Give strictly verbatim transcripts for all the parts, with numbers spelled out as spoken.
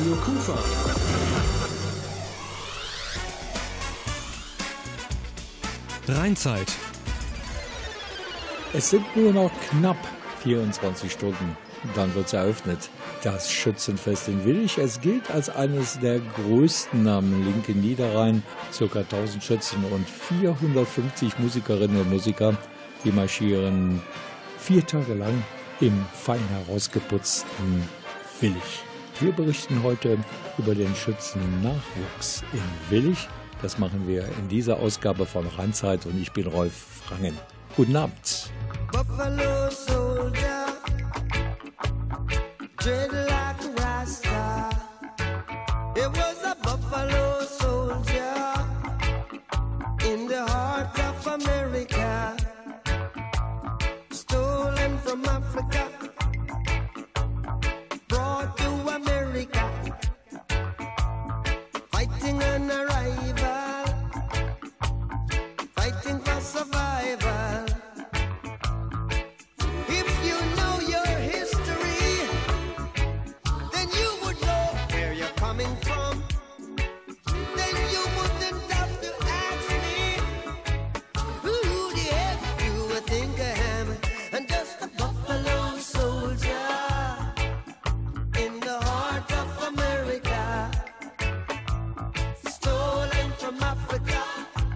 Radio Kufa. Rheinzeit. Es sind nur noch knapp vierundzwanzig Stunden, dann wird es eröffnet. Das Schützenfest in Willich. Es gilt als eines der größten am linken Niederrhein. Circa tausend Schützen und vierhundertfünfzig Musikerinnen und Musiker, die marschieren vier Tage lang im fein herausgeputzten Willich. Wir berichten heute über den Schützennachwuchs in Willich. Das machen wir in dieser Ausgabe von Rheinzeit und ich bin Rolf Frangen. Guten Abend. Buffalo soldier, dread like a Rasta. It was a buffalo soldier in the heart of America, stolen from Africa, brought to America, fighting an arrival, fighting for survival. If you know your history, then you would know where you're coming from. Then you wouldn't have to ask me who the heck you would think I am. And just a buffalo soldier in the heart of America, stolen from Africa,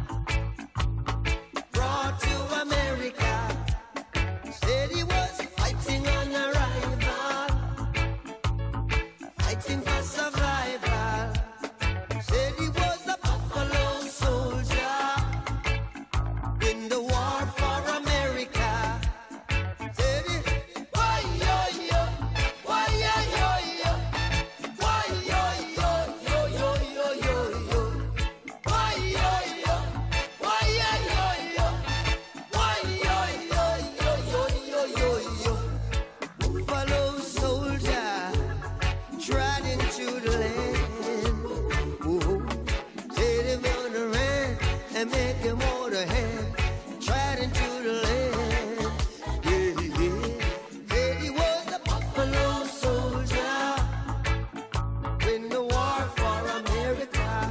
brought to America. Said he was fighting on arrival, fighting for survival. Said he was a buffalo soldier in the war for America. Said he, why yo yo, why yo yo yo, why yo yo yo yo yo yo yo, why yo yo, why yo yo yo, why yo yo yo yo yo yo yo. Buffalo soldier trod into the land. Whoa. Said him on the ran and make him hold a hand. Trod into the land. Yeah, yeah. Said he was a buffalo soldier in the war for America.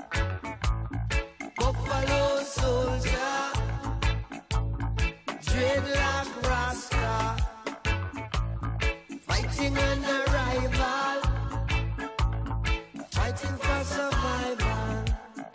Buffalo soldier, dreadlock Rasta, fighting an arrival, fighting for survival,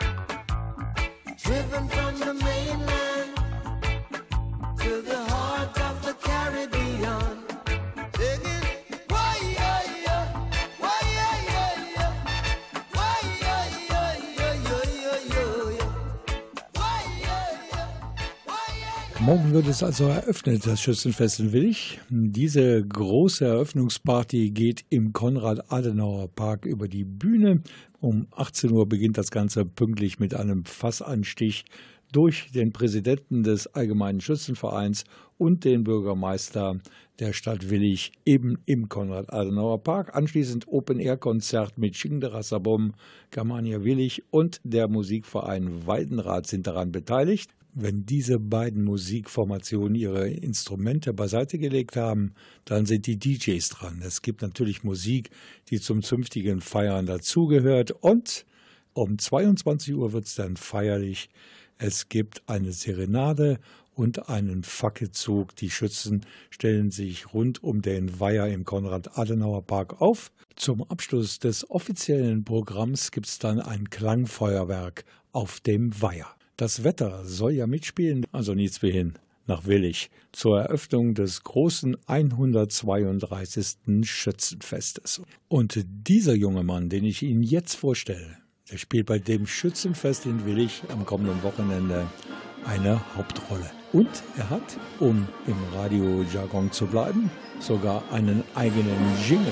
driven from the mainland to the heart of the Caribbean, singing, why yeah yeah, why yeah yeah yeah, why yeah yeah yeah yeah yeah yeah yeah, why yeah yeah, why yeah yeah. Morgen wird es also eröffnet, das Schützenfest in Willich. Diese große Eröffnungsparty geht im Konrad-Adenauer-Park über die Bühne. Um achtzehn Uhr beginnt das Ganze pünktlich mit einem Fassanstich durch den Präsidenten des Allgemeinen Schützenvereins und den Bürgermeister der Stadt Willich eben im Konrad-Adenauer-Park. Anschließend Open-Air-Konzert mit Schingderasserbom, Germania Willich und der Musikverein Waldenrad sind daran beteiligt. Wenn diese beiden Musikformationen ihre Instrumente beiseite gelegt haben, dann sind die D Js dran. Es gibt natürlich Musik, die zum zünftigen Feiern dazugehört. Und um zweiundzwanzig Uhr wird es dann feierlich. Es gibt eine Serenade und einen Fackelzug. Die Schützen stellen sich rund um den Weiher im Konrad-Adenauer-Park auf. Zum Abschluss des offiziellen Programms gibt es dann ein Klangfeuerwerk auf dem Weiher. Das Wetter soll ja mitspielen, also nichts wie hin nach Willich zur Eröffnung des großen hundertzweiunddreißigsten Schützenfestes. Und dieser junge Mann, den ich Ihnen jetzt vorstelle, der spielt bei dem Schützenfest in Willich am kommenden Wochenende eine Hauptrolle. Und er hat, um im Radiojargon zu bleiben, sogar einen eigenen Jingle.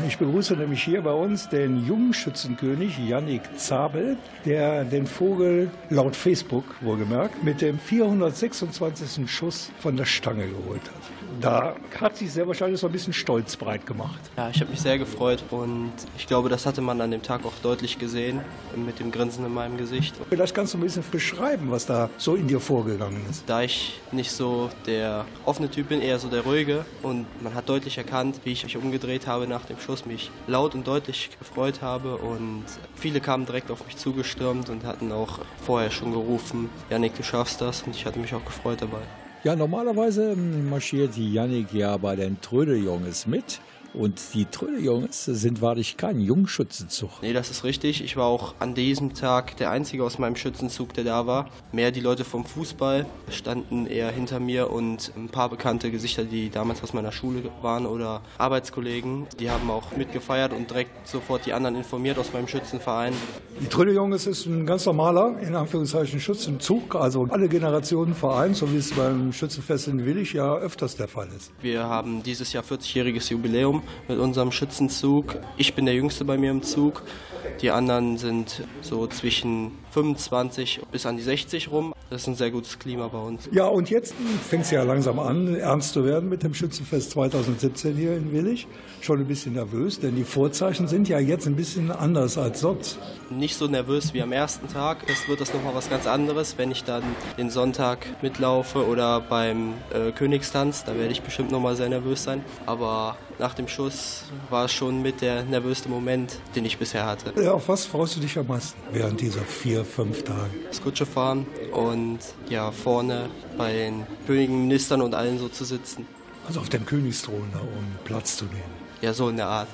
Ich begrüße nämlich hier bei uns den Jungschützenkönig Yannick Zabel, der den Vogel laut Facebook wohlgemerkt mit dem vierhundertsechsundzwanzigsten Schuss von der Stange geholt hat. Da hat sich sehr wahrscheinlich so ein bisschen stolz breit gemacht. Ja, ich habe mich sehr gefreut und ich glaube, das hatte man an dem Tag auch deutlich gesehen mit dem Grinsen in meinem Gesicht. Vielleicht kannst du ein bisschen beschreiben, was da so in dir vorgegangen ist. Da ich nicht so der offene Typ bin, eher so der ruhige, und man hat deutlich erkannt, wie ich mich umgedreht habe nach dem Schuss, mich laut und deutlich gefreut habe, und viele kamen direkt auf mich zugestürmt und hatten auch vorher schon gerufen, Yannick, du schaffst das, und ich hatte mich auch gefreut dabei. Ja, normalerweise marschiert Yannick ja bei den Trödeljunges mit. Und die Trödeljunges sind wahrlich kein Jungschützenzug. Nee, das ist richtig. Ich war auch an diesem Tag der Einzige aus meinem Schützenzug, der da war. Mehr die Leute vom Fußball standen eher hinter mir, und ein paar bekannte Gesichter, die damals aus meiner Schule waren oder Arbeitskollegen, die haben auch mitgefeiert und direkt sofort die anderen informiert aus meinem Schützenverein. Die Trödeljunges ist ein ganz normaler, in Anführungszeichen, Schützenzug, also alle Generationen vereint, so wie es beim Schützenfest in Willich ja öfters der Fall ist. Wir haben dieses Jahr vierzigjähriges Jubiläum mit unserem Schützenzug. Ich bin der Jüngste bei mir im Zug. Die anderen sind so zwischen fünfundzwanzig bis an die sechzig rum. Das ist ein sehr gutes Klima bei uns. Ja, und jetzt fängt es ja langsam an, ernst zu werden mit dem Schützenfest zweitausendsiebzehn hier in Willich. Schon ein bisschen nervös, denn die Vorzeichen sind ja jetzt ein bisschen anders als sonst. Nicht so nervös wie am ersten Tag. Es wird das nochmal was ganz anderes, wenn ich dann den Sonntag mitlaufe oder beim äh, Königstanz. Da werde ich bestimmt nochmal sehr nervös sein. Aber nach dem Schuss war es schon mit der nervösste Moment, den ich bisher hatte. Ja, auf was freust du dich am meisten während dieser vier, fünf Tage? Das Kutsche fahren und ja, vorne bei den Königen, Ministern und allen so zu sitzen. Also auf dem Königsthron da oben Platz zu nehmen. Ja, so in der Art.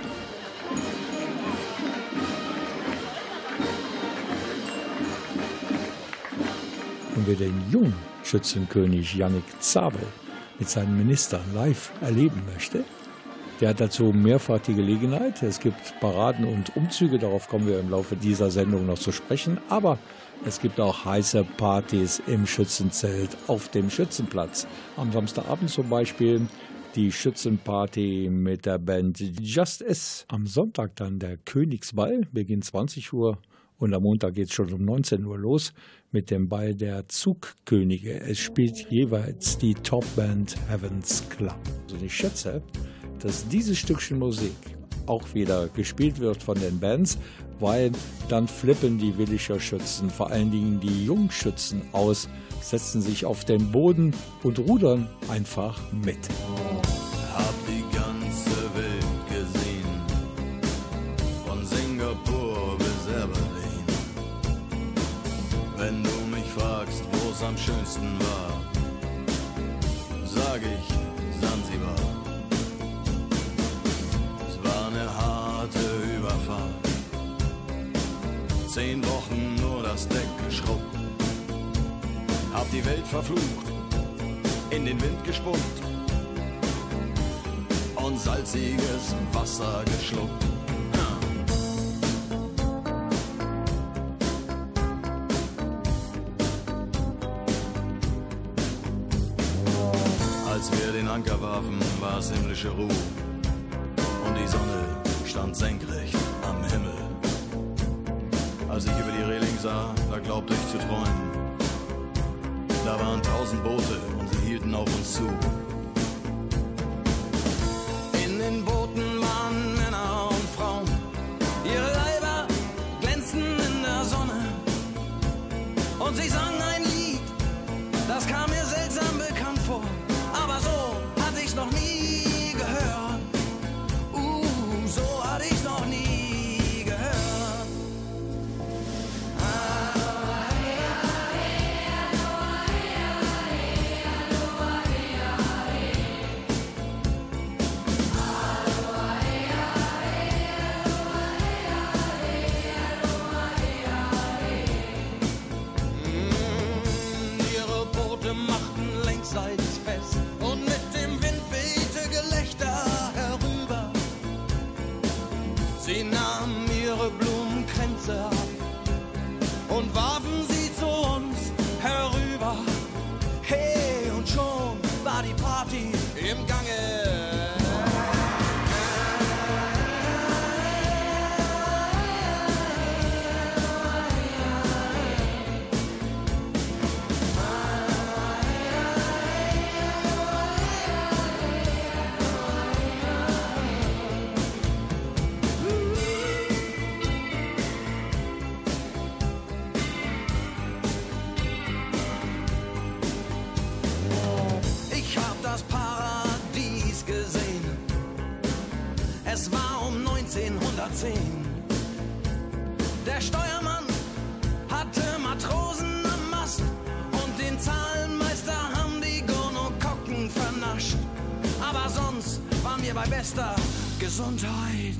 Und wer den jungen Schützenkönig Yannick Zabel mit seinen Ministern live erleben möchte, der hat dazu mehrfach die Gelegenheit. Es gibt Paraden und Umzüge, darauf kommen wir im Laufe dieser Sendung noch zu sprechen. Aber es gibt auch heiße Partys im Schützenzelt auf dem Schützenplatz. Am Samstagabend zum Beispiel die Schützenparty mit der Band Just Is. Am Sonntag dann der Königsball, beginnt zwanzig Uhr. Und am Montag geht es schon um neunzehn Uhr los mit dem Ball der Zugkönige. Es spielt jeweils die Topband Heavens Club. Also ich schätze, dass dieses Stückchen Musik auch wieder gespielt wird von den Bands, weil dann flippen die Willicher Schützen, vor allen Dingen die Jungschützen aus, setzen sich auf den Boden und rudern einfach mit. Hab die ganze Welt gesehen, von Singapur bis Aberdeen. Wenn du mich fragst, wo's am schönsten war, sag ich Sansibar. Es war eine harte Überfahrt, zehn Wochen nur das Deck geschrubbt. Hab die Welt verflucht, in den Wind gespuckt und salziges Wasser geschluckt. Als wir den Anker warfen, war es himmlische Ruhe und die Sonne stand senkrecht am Himmel. Als ich über die Reling sah, da glaubte ich zu träumen. Da waren tausend Boote und sie hielten auf uns zu. In den Booten waren Männer und Frauen, ihre Leiber glänzten in der Sonne. Und sie sangen ein Lied, das kam mir seltsam bekannt vor. Aber so hatte ich's noch nie gehört. Uh, so hatte ich's noch nie gehört. Fest und mit dem Wind wehte Gelächter herüber. Sie nahmen ihre Blumenkränze ab und warfen sie zu uns herüber. Hey, und schon war die Party im Gange. zehn. Der Steuermann hatte Matrosen am Mast und den Zahlenmeister haben die Gonokokken vernascht. Aber sonst waren wir bei bester Gesundheit.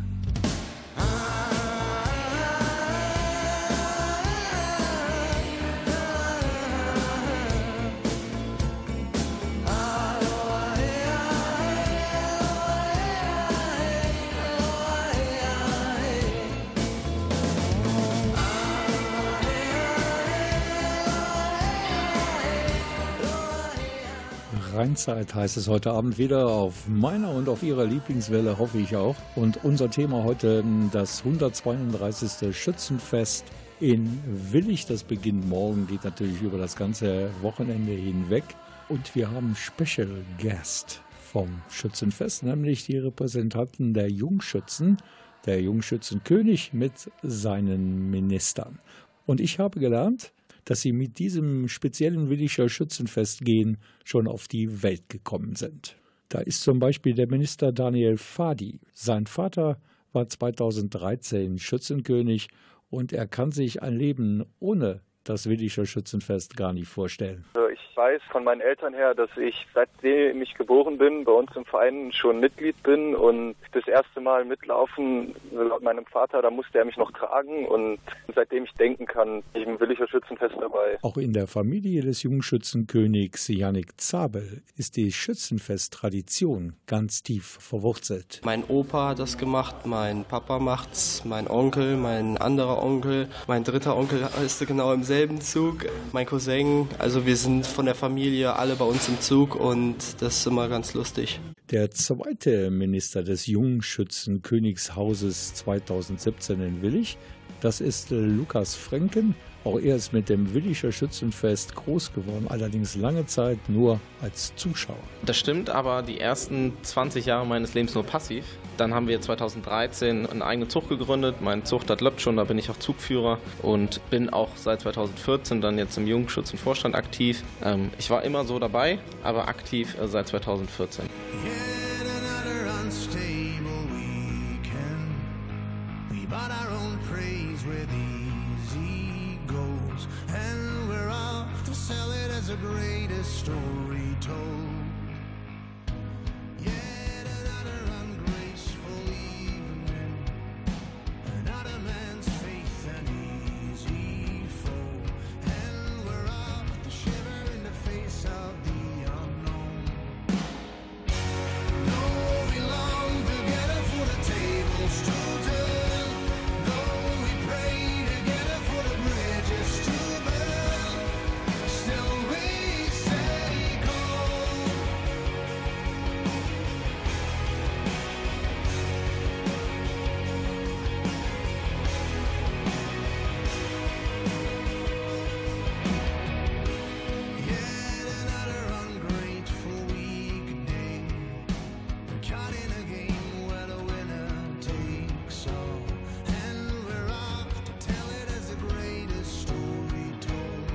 Rheinzeit heißt es heute Abend wieder auf meiner und auf Ihrer Lieblingswelle, hoffe ich auch. Und unser Thema heute das hundertzweiunddreißigste Schützenfest in Willich. Das beginnt morgen, geht natürlich über das ganze Wochenende hinweg. Und wir haben Special Guest vom Schützenfest, nämlich die Repräsentanten der Jungschützen, der Jungschützenkönig mit seinen Ministern. Und ich habe gelernt, dass sie mit diesem speziellen Willicher Schützenfest gehen schon auf die Welt gekommen sind. Da ist zum Beispiel der Minister Daniel Fadi. Sein Vater war zweitausenddreizehn Schützenkönig und er kann sich ein Leben ohne das Willicher Schützenfest gar nicht vorstellen. Ich weiß von meinen Eltern her, dass ich, seitdem ich geboren bin, bei uns im Verein schon Mitglied bin und das erste Mal mitlaufen, laut meinem Vater, da musste er mich noch tragen und seitdem ich denken kann, bin ich im Willicher Schützenfest dabei. Auch in der Familie des Jungschützenkönigs Jannik Zabel ist die Schützenfest-Tradition ganz tief verwurzelt. Mein Opa hat das gemacht, mein Papa macht's, mein Onkel, mein anderer Onkel, mein dritter Onkel ist genau im selben Zug, mein Cousin, also wir sind von der Familie alle bei uns im Zug und das ist immer ganz lustig. Der zweite Minister des Jungschützenkönigshauses zweitausendsiebzehn in Willich, das ist Lukas Frenken. Auch er ist mit dem Willicher Schützenfest groß geworden, allerdings lange Zeit nur als Zuschauer. Das stimmt, aber die ersten zwanzig Jahre meines Lebens nur passiv. Dann haben wir zweitausenddreizehn einen eigenen Zug gegründet. Mein Zug, das läuft schon, da bin ich auch Zugführer und bin auch seit zweitausendvierzehn dann jetzt im Jungschützenvorstand aktiv. Ähm, ich war immer so dabei, aber aktiv äh, seit zweitausendvierzehn. Yet another unstable weekend. We bought our own praise with easy goals, and we're off to sell it as the greatest story told. Yet another ungraceful evening, another man's faith an easy foe, and we're off to shiver in the face of the unknown. Though we long together for the tables to turn, though we pray together for the bridges to burn, still we stay cold. Yet another ungrateful weekday. We're caught in a game where the winner takes all, and we're off to tell it as the greatest story told.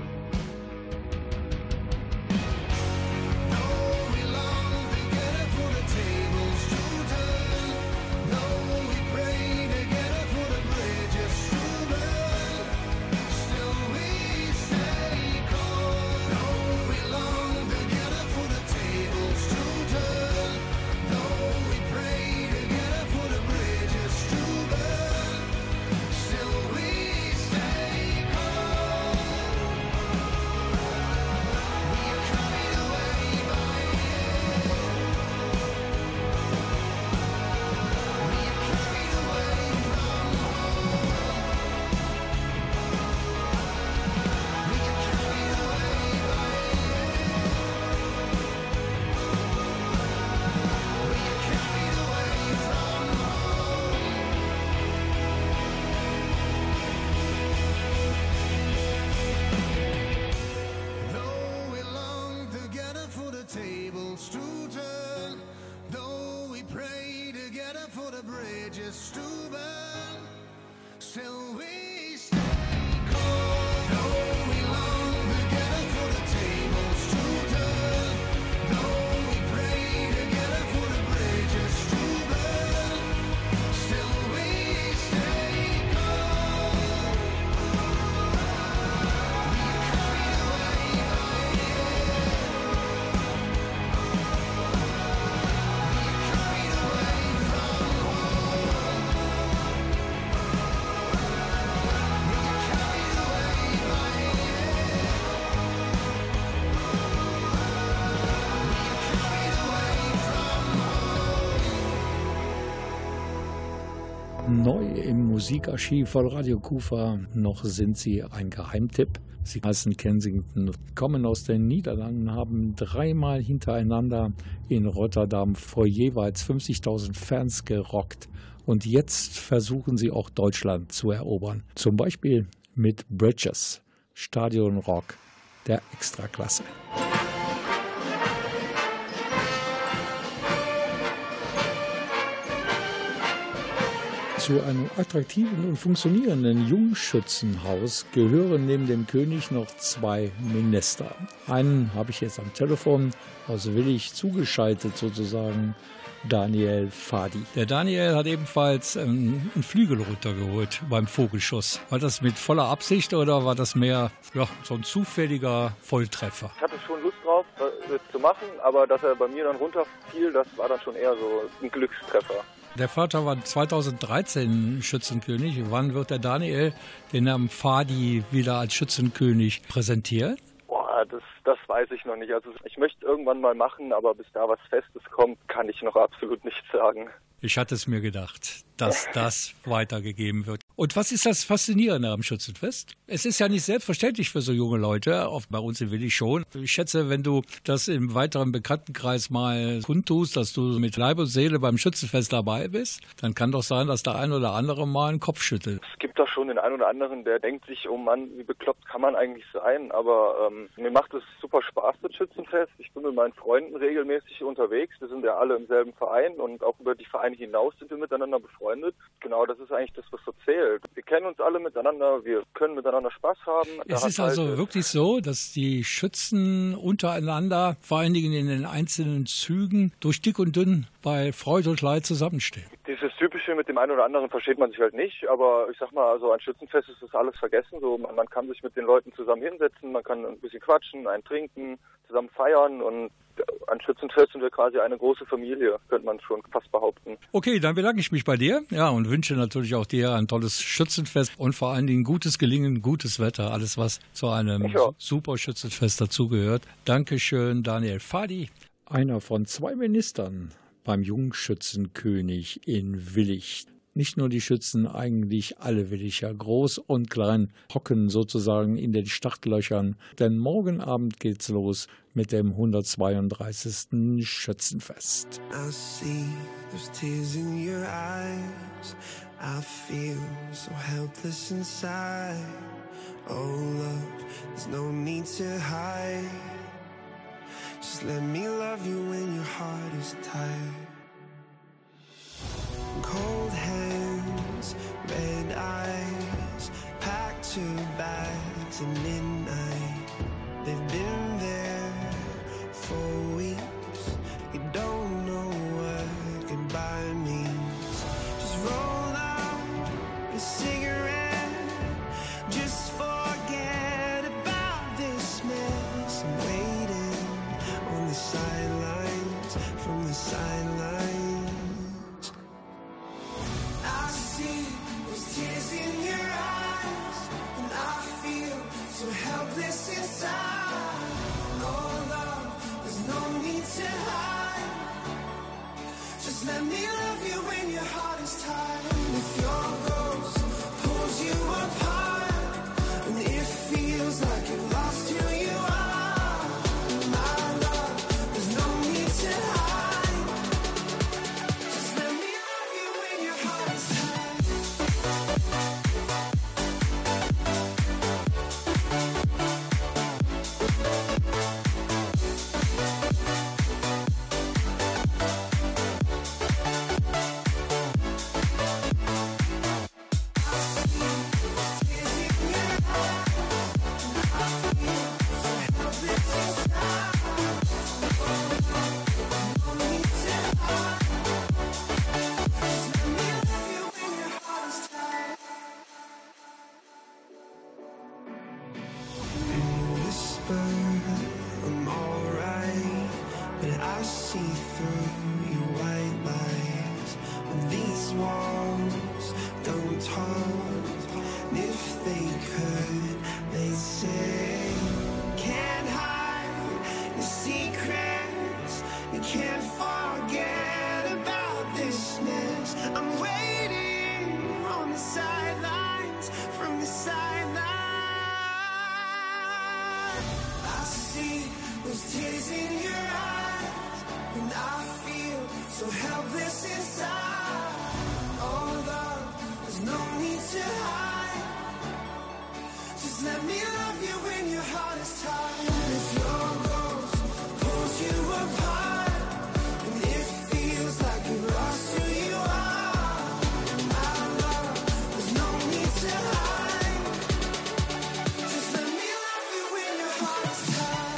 Though we long together for the tables to turn, though we pray together for the bridges to burn, still we stay cold. Though we long together for the tables to turn, though we pray together for the bridges to burn, still we stay cold. We are carried away by it. We are carried away from home. We are carried away by it. We are carried away from home. Though we long together for the tables to turn, though we pray together for the bridges to burn, still we stay cold. Though we long together for the tables to turn, though we pray together for the bridges to burn, still we neu im Musikarchiv von Radio Kufa, noch sind sie ein Geheimtipp. Sie heißen Kensington, kommen aus den Niederlanden, haben dreimal hintereinander in Rotterdam vor jeweils fünfzigtausend Fans gerockt. Und jetzt versuchen sie auch Deutschland zu erobern. Zum Beispiel mit Bridges, Stadionrock der Extraklasse. Zu einem attraktiven und funktionierenden Jungschützenhaus gehören neben dem König noch zwei Minister. Einen habe ich jetzt am Telefon aus Willich zugeschaltet sozusagen, Daniel Fadi. Der Daniel hat ebenfalls ähm, einen Flügel runtergeholt beim Vogelschuss. War das mit voller Absicht oder war das mehr ja, so ein zufälliger Volltreffer? Ich hatte schon Lust drauf, das zu machen, aber dass er bei mir dann runterfiel, das war dann schon eher so ein Glückstreffer. Der Vater war zweitausenddreizehn Schützenkönig. Wann wird der Daniel den Namen Fadi wieder als Schützenkönig präsentieren? Boah, das, das weiß ich noch nicht. Also ich möchte irgendwann mal machen, aber bis da was Festes kommt, kann ich noch absolut nichts sagen. Ich hatte es mir gedacht, dass das weitergegeben wird. Und was ist das Faszinierende am Schützenfest? Es ist ja nicht selbstverständlich für so junge Leute, auch bei uns in Willich schon. Ich schätze, wenn du das im weiteren Bekanntenkreis mal kundtust, dass du mit Leib und Seele beim Schützenfest dabei bist, dann kann doch sein, dass der ein oder andere mal einen Kopf schüttelt. Es gibt doch schon den einen oder anderen, der denkt sich, oh Mann, wie bekloppt kann man eigentlich sein? Aber ähm, mir macht es super Spaß, das Schützenfest. Ich bin mit meinen Freunden regelmäßig unterwegs. Wir sind ja alle im selben Verein und auch über die Vereine hinaus sind wir miteinander befreundet. Genau, das ist eigentlich das, was so zählt. Wir kennen uns alle miteinander, wir können miteinander Spaß haben. Es ist also halt wirklich so, dass die Schützen untereinander, vor allen Dingen in den einzelnen Zügen, durch dick und dünn bei Freude und Leid zusammenstehen. Dieses Typische mit dem einen oder anderen versteht man sich halt nicht, aber ich sag mal, also ein Schützenfest ist das alles vergessen. So, man, man kann sich mit den Leuten zusammen hinsetzen, man kann ein bisschen quatschen, einen trinken, zusammen feiern und an Schützenfest sind wir quasi eine große Familie, könnte man schon fast behaupten. Okay, dann bedanke ich mich bei dir, ja, und wünsche natürlich auch dir ein tolles Schützenfest und vor allen Dingen gutes Gelingen, gutes Wetter, alles was zu einem super Schützenfest dazugehört. Dankeschön, Daniel Fadi. Einer von zwei Ministern beim Jungschützenkönig in Willich. Nicht nur die Schützen, eigentlich alle Willicher, groß und klein, hocken sozusagen in den Startlöchern. Denn morgen Abend geht's los mit dem hundertzweiunddreißigsten Schützenfest. I see those tears in your eyes. I feel so helpless inside. Oh love, there's no need to hide. Just let me love you when your heart is tired. Cold hands, red eyes, packed your bags at midnight. They've been there for weeks. You don't know what goodbye means. Just roll out a cigarette. Just forget about this mess. I'm waiting on the sidelines, from the sidelines. I see those tears in your eyes, and I feel so helpless. There's tears in your eyes, and I feel so helpless inside. Oh love, there's no need to hide. Just let me love you when your heart is tired. If your ghost pulls you apart, and it feels like you've lost who you are, my love, there's no need to hide. Just let me love you when your heart is tired.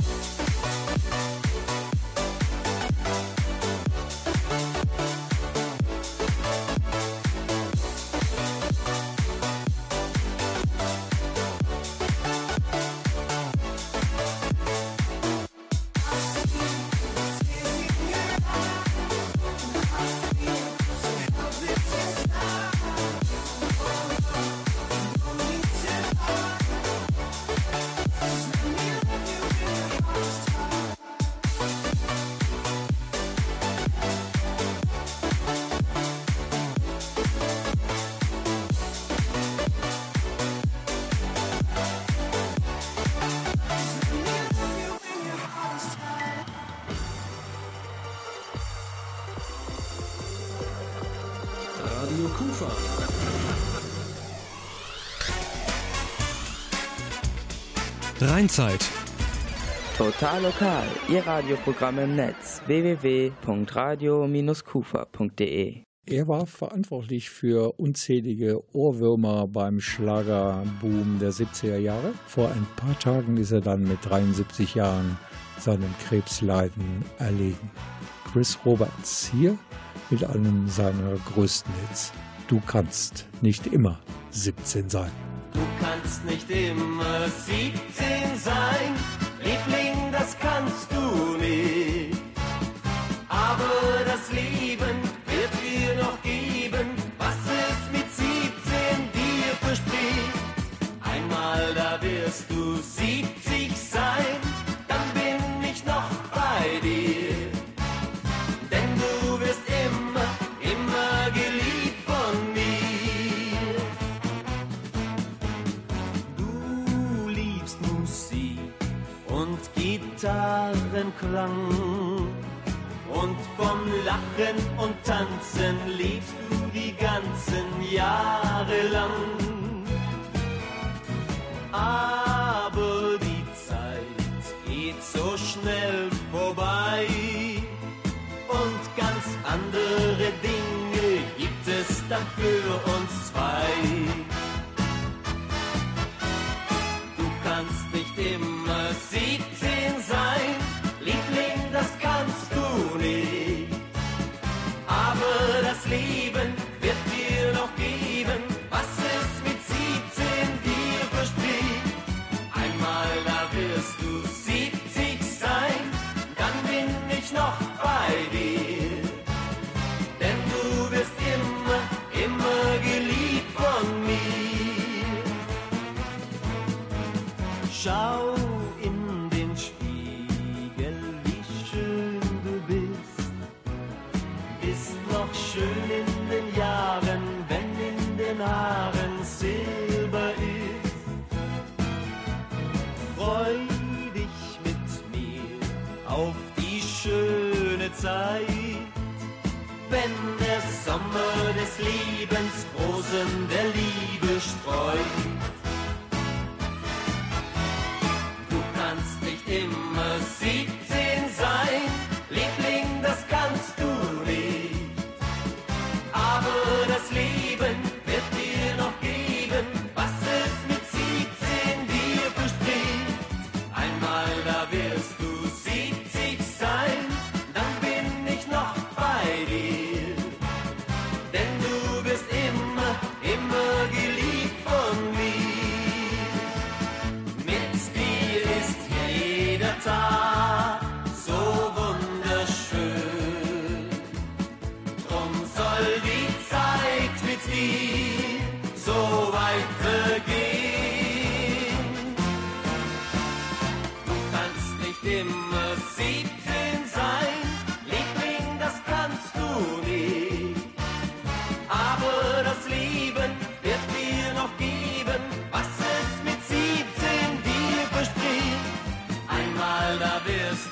Radio Kufa. Rheinzeit. Total lokal, Ihr Radioprogramm im Netz w w w punkt radio Bindestrich kufa punkt de. Er war verantwortlich für unzählige Ohrwürmer beim Schlagerboom der siebziger Jahre. Vor ein paar Tagen ist er dann mit dreiundsiebzig Jahren seinem Krebsleiden erlegen. Chris Roberts hier mit einem seiner größten Hits. Du kannst nicht immer siebzehn sein. Du kannst nicht immer siebzehn sein, Liebling, das kannst du nicht. Aber das Leben wird dir noch geben, was es mit siebzehn dir verspricht. Einmal da wirst du siebzig sein, dann bin ich noch bei dir. Denn du wirst immer, immer geliebt von mir. Du liebst Musik und Gitarrenklang. Und vom Lachen und Tanzen liebst du die ganzen Jahre lang. Aber die Zeit geht so schnell vorbei. Und ganz andere Dinge gibt es dann für uns zwei. Du kannst nicht immer siebzehn sein, Liebling, das kannst du nicht. Aber das Leben wird dir noch geben, was es mit siebzehn dir verspricht. Einmal da wirst du siebzig sein, dann bin ich noch bei dir. Denn du wirst immer, immer geliebt von mir. Schau in den Spiegel, wie schön du bist. Bist noch schön in den Jahren, wenn in den Haaren Silber ist. Freu dich mit mir auf die schöne Zeit, wenn der Sommer des Lebens Rosen der Liebe streut. Du kannst nicht immer siebzehn sein, Liebling, das kannst du nicht. Aber das Leben wird dir noch geben, was es mit siebzehn dir verspricht. Einmal da wirst du siebzig sein, dann bin ich noch bei dir. Denn du wirst immer, immer geliebt von mir. Mit dir ist jeder Tag so wunderschön. Drum soll die Zeit mit dir so weitergehen. Du kannst nicht immer siebzehn sein, Liebling, das kannst du nicht. Aber das Leben wird dir noch geben, was es mit siebzehn dir verspricht. Einmal da wirst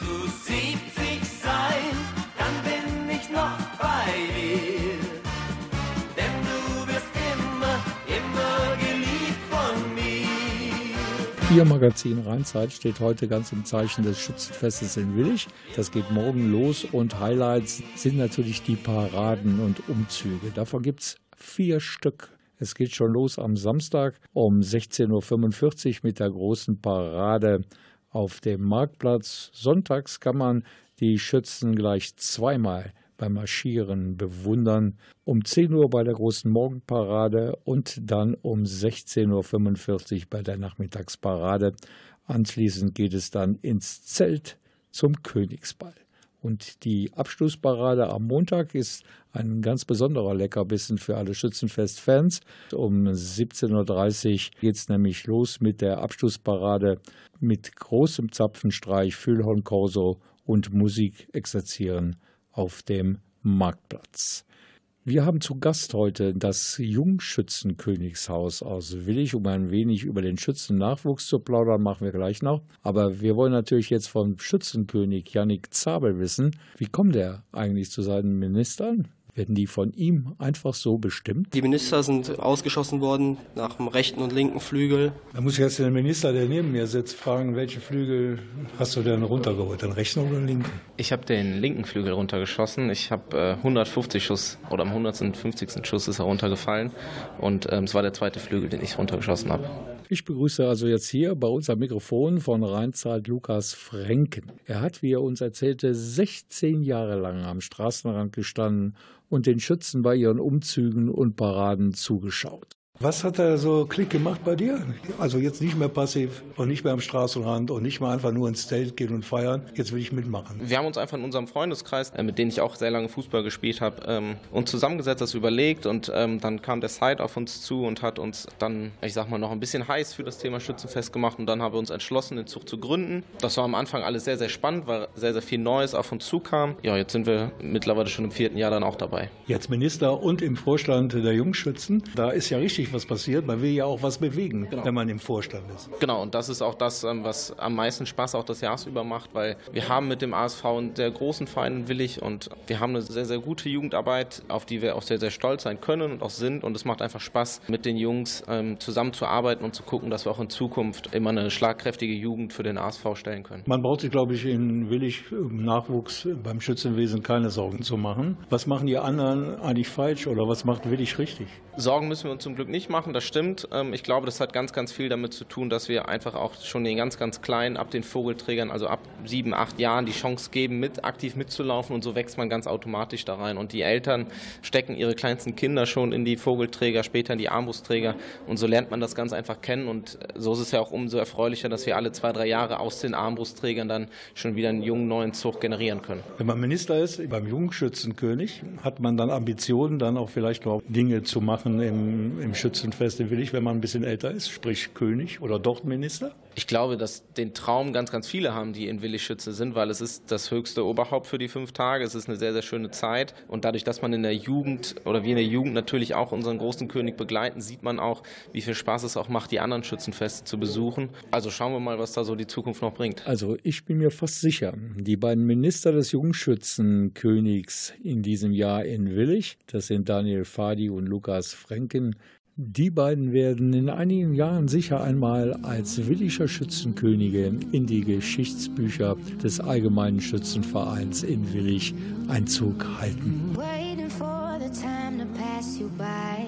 Ihr Magazin Rheinzeit steht heute ganz im Zeichen des Schützenfestes in Willich. Das geht morgen los und Highlights sind natürlich die Paraden und Umzüge. Davon gibt es vier Stück. Es geht schon los am Samstag um sechzehn Uhr fünfundvierzig mit der großen Parade auf dem Marktplatz. Sonntags kann man die Schützen gleich zweimal beim Marschieren bewundern. Um zehn Uhr bei der großen Morgenparade und dann um sechzehn Uhr fünfundvierzig bei der Nachmittagsparade. Anschließend geht es dann ins Zelt zum Königsball. Und die Abschlussparade am Montag ist ein ganz besonderer Leckerbissen für alle Schützenfest-Fans. Um siebzehn Uhr dreißig geht es nämlich los mit der Abschlussparade mit großem Zapfenstreich, Füllhorn-Korso und Musik exerzieren auf dem Marktplatz. Wir haben zu Gast heute das Jungschützenkönigshaus aus Willich. Um ein wenig über den Schützennachwuchs zu plaudern, machen wir gleich noch. Aber wir wollen natürlich jetzt vom Schützenkönig Jannik Zabel wissen, wie kommt er eigentlich zu seinen Ministern? Werden die von ihm einfach so bestimmt? Die Minister sind ausgeschossen worden nach dem rechten und linken Flügel. Da muss ich jetzt den Minister, der neben mir sitzt, fragen, welchen Flügel hast du denn runtergeholt, den rechten oder den linken? Ich habe den linken Flügel runtergeschossen. Ich habe äh, hundertfünfzig Schuss oder am hundertfünfzigsten Schuss ist er runtergefallen und ähm, es war der zweite Flügel, den ich runtergeschossen habe. Ich begrüße also jetzt hier bei uns am Mikrofon von Rheinzeit Lukas Fränken. Er hat, wie er uns erzählte, sechzehn Jahre lang am Straßenrand gestanden und den Schützen bei ihren Umzügen und Paraden zugeschaut. Was hat da so Klick gemacht bei dir? Also jetzt nicht mehr passiv und nicht mehr am Straßenrand und nicht mehr einfach nur ins Zelt gehen und feiern. Jetzt will ich mitmachen. Wir haben uns einfach in unserem Freundeskreis, mit dem ich auch sehr lange Fußball gespielt habe, ähm, uns zusammengesetzt, das überlegt und ähm, dann kam der Side auf uns zu und hat uns dann, ich sag mal, noch ein bisschen heiß für das Thema Schützenfest gemacht und dann haben wir uns entschlossen, den Zug zu gründen. Das war am Anfang alles sehr, sehr spannend, weil sehr, sehr viel Neues auf uns zukam. Ja, jetzt sind wir mittlerweile schon im vierten Jahr dann auch dabei. Jetzt Minister und im Vorstand der Jungschützen. Da ist ja richtig was passiert. Man will ja auch was bewegen, genau, wenn man im Vorstand ist. Genau, und das ist auch das, was am meisten Spaß auch das Jahresüber macht, weil wir haben mit dem A S V einen sehr großen Verein in Willich und wir haben eine sehr, sehr gute Jugendarbeit, auf die wir auch sehr, sehr stolz sein können und auch sind. Und es macht einfach Spaß, mit den Jungs ähm, zusammenzuarbeiten und zu gucken, dass wir auch in Zukunft immer eine schlagkräftige Jugend für den A S V stellen können. Man braucht sich, glaube ich, in Willich im Nachwuchs beim Schützenwesen keine Sorgen zu machen. Was machen die anderen eigentlich falsch oder was macht Willich richtig? Sorgen müssen wir uns zum Glück nicht machen, das stimmt. Ich glaube, das hat ganz, ganz viel damit zu tun, dass wir einfach auch schon den ganz, ganz Kleinen, ab den Vogelträgern, also ab sieben, acht Jahren, die Chance geben, mit aktiv mitzulaufen und so wächst man ganz automatisch da rein. Und die Eltern stecken ihre kleinsten Kinder schon in die Vogelträger, später in die Armbrustträger und so lernt man das ganz einfach kennen und so ist es ja auch umso erfreulicher, dass wir alle zwei, drei Jahre aus den Armbrustträgern dann schon wieder einen jungen neuen Zug generieren können. Wenn man Minister ist, beim Jungschützenkönig, hat man dann Ambitionen, dann auch vielleicht noch Dinge zu machen im, im Schützenfest in Willich, wenn man ein bisschen älter ist, sprich König oder dort Minister? Ich glaube, dass den Traum ganz, ganz viele haben, die in Willich Schütze sind, weil es ist das höchste Oberhaupt für die fünf Tage. Es ist eine sehr, sehr schöne Zeit und dadurch, dass man in der Jugend oder wir in der Jugend natürlich auch unseren großen König begleiten, sieht man auch, wie viel Spaß es auch macht, die anderen Schützenfeste zu besuchen. Also schauen wir mal, was da so die Zukunft noch bringt. Also ich bin mir fast sicher, die beiden Minister des Jungschützenkönigs in diesem Jahr in Willich, das sind Daniel Fadi und Lukas Fränken, die beiden werden in einigen Jahren sicher einmal als Willicher Schützenkönige in die Geschichtsbücher des Allgemeinen Schützenvereins in Willich Einzug halten. Waiting for the time to pass you by.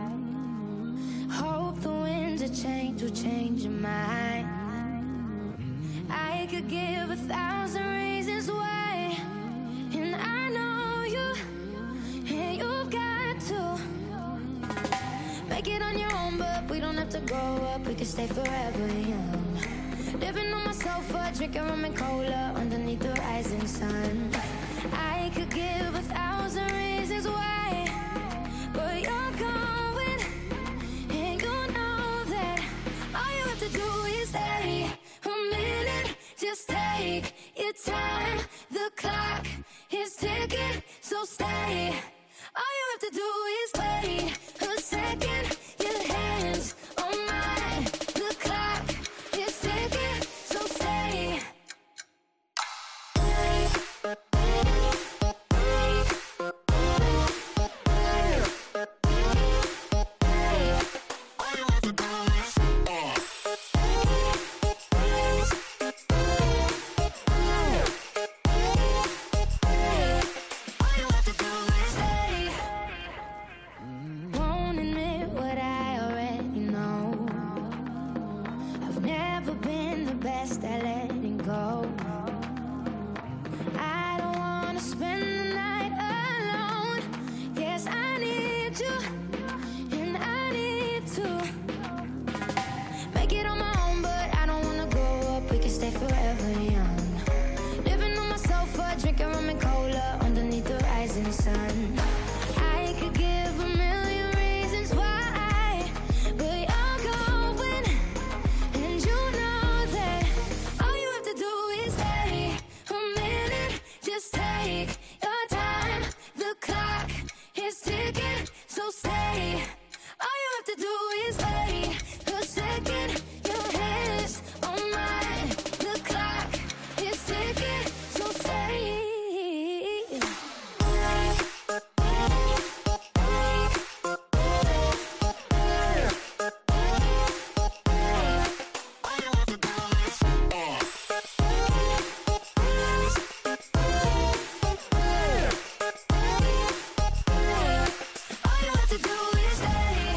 Hope the winds of change will change your mind. I could give a thousand reasons why, and I know you, and you've got to make it on your own, but we don't have to grow up, we can stay forever young. Living on my sofa, drinking rum and cola underneath the rising sun. I could give a thousand reasons why, but you're going, and you know that all you have to do is stay a minute, just take your time. The clock is ticking, so stay. All you have to do is wait a second, your hands on mine. The clock is ticking, so stay. All you have to do is uh. best at letting go. I don't wanna spend the night alone. Yes, I need you, and I need to make it on my own, but I don't wanna grow up. We can stay forever young. Living on my sofa, drinking rum and cola underneath the rising sun. I could give a million reasons why, but you're going, and you know that all you have to do is stay a minute. Just take your time. The clock is ticking, so stay. All you have to do is wait a second. Your hands on mine. The clock is ticking, so stay. All you have to do is stay.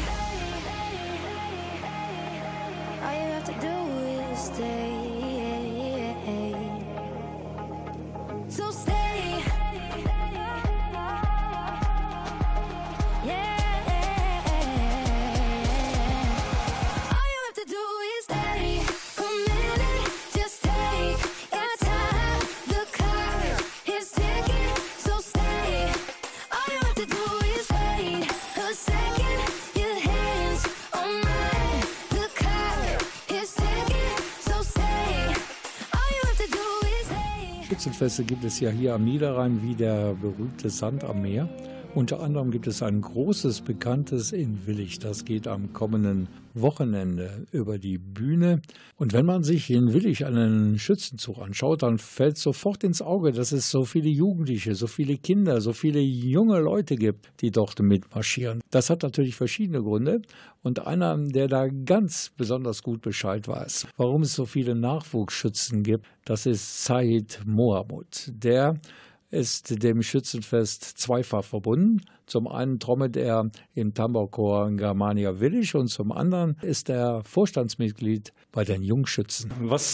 All you have to do is stay. So stay. Yeah. All you have to do is stay a minute. Just take your time. The clock is ticking, so stay. All you have to do is wait a second. Your hands on mine. The clock is ticking, so stay. All you have to do is stay. Schützenfeste gibt es ja hier am Niederrhein wie der berühmte Sand am Meer. Unter anderem gibt es ein großes, bekanntes in Willich. Das geht am kommenden Wochenende über die Bühne. Und wenn man sich in Willich einen Schützenzug anschaut, dann fällt sofort ins Auge, dass es so viele Jugendliche, so viele Kinder, so viele junge Leute gibt, die dort mitmarschieren. Das hat natürlich verschiedene Gründe. Und einer, der da ganz besonders gut Bescheid weiß, warum es so viele Nachwuchsschützen gibt, das ist Said Mohamud. Der ist dem Schützenfest zweifach verbunden. Zum einen trommelt er im Tambourchor Germania Willich und zum anderen ist er Vorstandsmitglied bei den Jungschützen.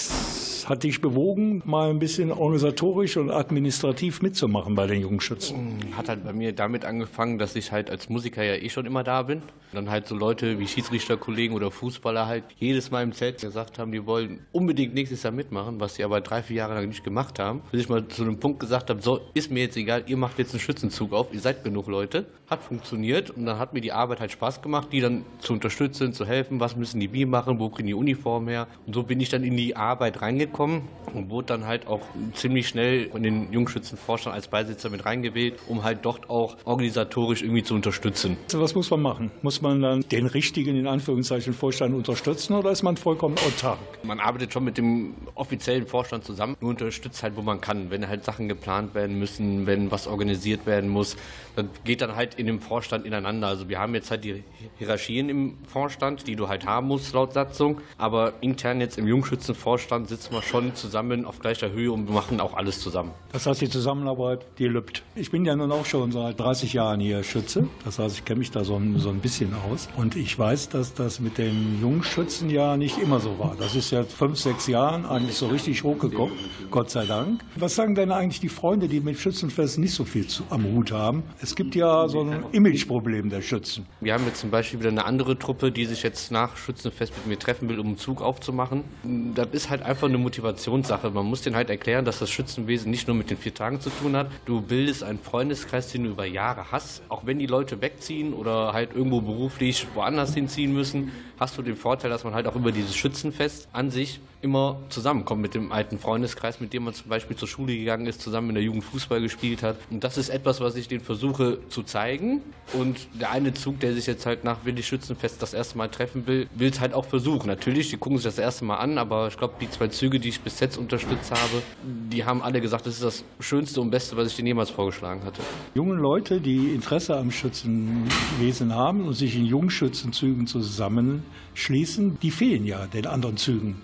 Was hat dich bewogen, mal ein bisschen organisatorisch und administrativ mitzumachen bei den Jungschützen? Hat halt bei mir damit angefangen, dass ich halt als Musiker ja eh schon immer da bin. Dann halt so Leute wie Schiedsrichterkollegen oder Fußballer halt jedes Mal im Zelt gesagt haben, die wollen unbedingt nächstes Jahr mitmachen, was sie aber drei, vier Jahre lang nicht gemacht haben. Bis ich mal zu einem Punkt gesagt habe, so, ist mir jetzt egal, ihr macht jetzt einen Schützenzug auf, ihr seid genug Leute. Hat funktioniert und dann hat mir die Arbeit halt Spaß gemacht, die dann zu unterstützen, zu helfen, was müssen die wie machen, wo kriegen die Uniform her. Und so bin ich dann in die Arbeit reingekommen und wurde dann halt auch ziemlich schnell in den Jungschützenvorstand als Beisitzer mit reingewählt, um halt dort auch organisatorisch irgendwie zu unterstützen. Was muss man machen? Muss man dann den richtigen, in Anführungszeichen, Vorstand unterstützen oder ist man vollkommen autark? Man arbeitet schon mit dem offiziellen Vorstand zusammen, nur unterstützt halt, wo man kann. Wenn halt Sachen geplant werden müssen, wenn was organisiert werden muss, dann geht dann halt in dem Vorstand ineinander. Also wir haben jetzt halt die Hierarchien im Vorstand, die du halt haben musst laut Satzung, aber intern jetzt im Jungschützenvorstand sitzen wir schon zusammen auf gleicher Höhe und machen auch alles zusammen. Das heißt, die Zusammenarbeit, die lübt. Ich bin ja nun auch schon seit dreißig Jahren hier Schütze, das heißt, ich kenne mich da so ein, so ein bisschen aus und ich weiß, dass das mit den Jungschützen ja nicht immer so war. Das ist ja fünf, sechs Jahren eigentlich so richtig hochgekommen, Gott sei Dank. Was sagen denn eigentlich die Freunde, die mit Schützenfest nicht so viel zu, am Hut haben? Es gibt ja so ein Imageproblem der Schützen. Wir haben jetzt zum Beispiel wieder eine andere Truppe, die sich jetzt nach Schützenfest mit mir treffen will, um einen Zug aufzumachen. Das ist halt einfach eine Motivationssache. Man muss denen halt erklären, dass das Schützenwesen nicht nur mit den vier Tagen zu tun hat. Du bildest einen Freundeskreis, den du über Jahre hast. Auch wenn die Leute wegziehen oder halt irgendwo beruflich woanders hinziehen müssen, hast du den Vorteil, dass man halt auch über dieses Schützenfest an sich immer zusammenkommt mit dem alten Freundeskreis, mit dem man zum Beispiel zur Schule gegangen ist, zusammen in der Jugend Fußball gespielt hat. Und das ist etwas, was ich denen versuche zu zeigen. Und der eine Zug, der sich jetzt halt nach Willich Schützenfest das erste Mal treffen will, will es halt auch versuchen. Natürlich, die gucken sich das erste Mal an, aber ich glaube, die zwei Züge, die ich bis jetzt unterstützt habe, die haben alle gesagt, das ist das Schönste und Beste, was ich denen jemals vorgeschlagen hatte. Junge Leute, die Interesse am Schützenwesen haben und sich in Jungschützenzügen zusammenschließen, die fehlen ja den anderen Zügen. Jungschützen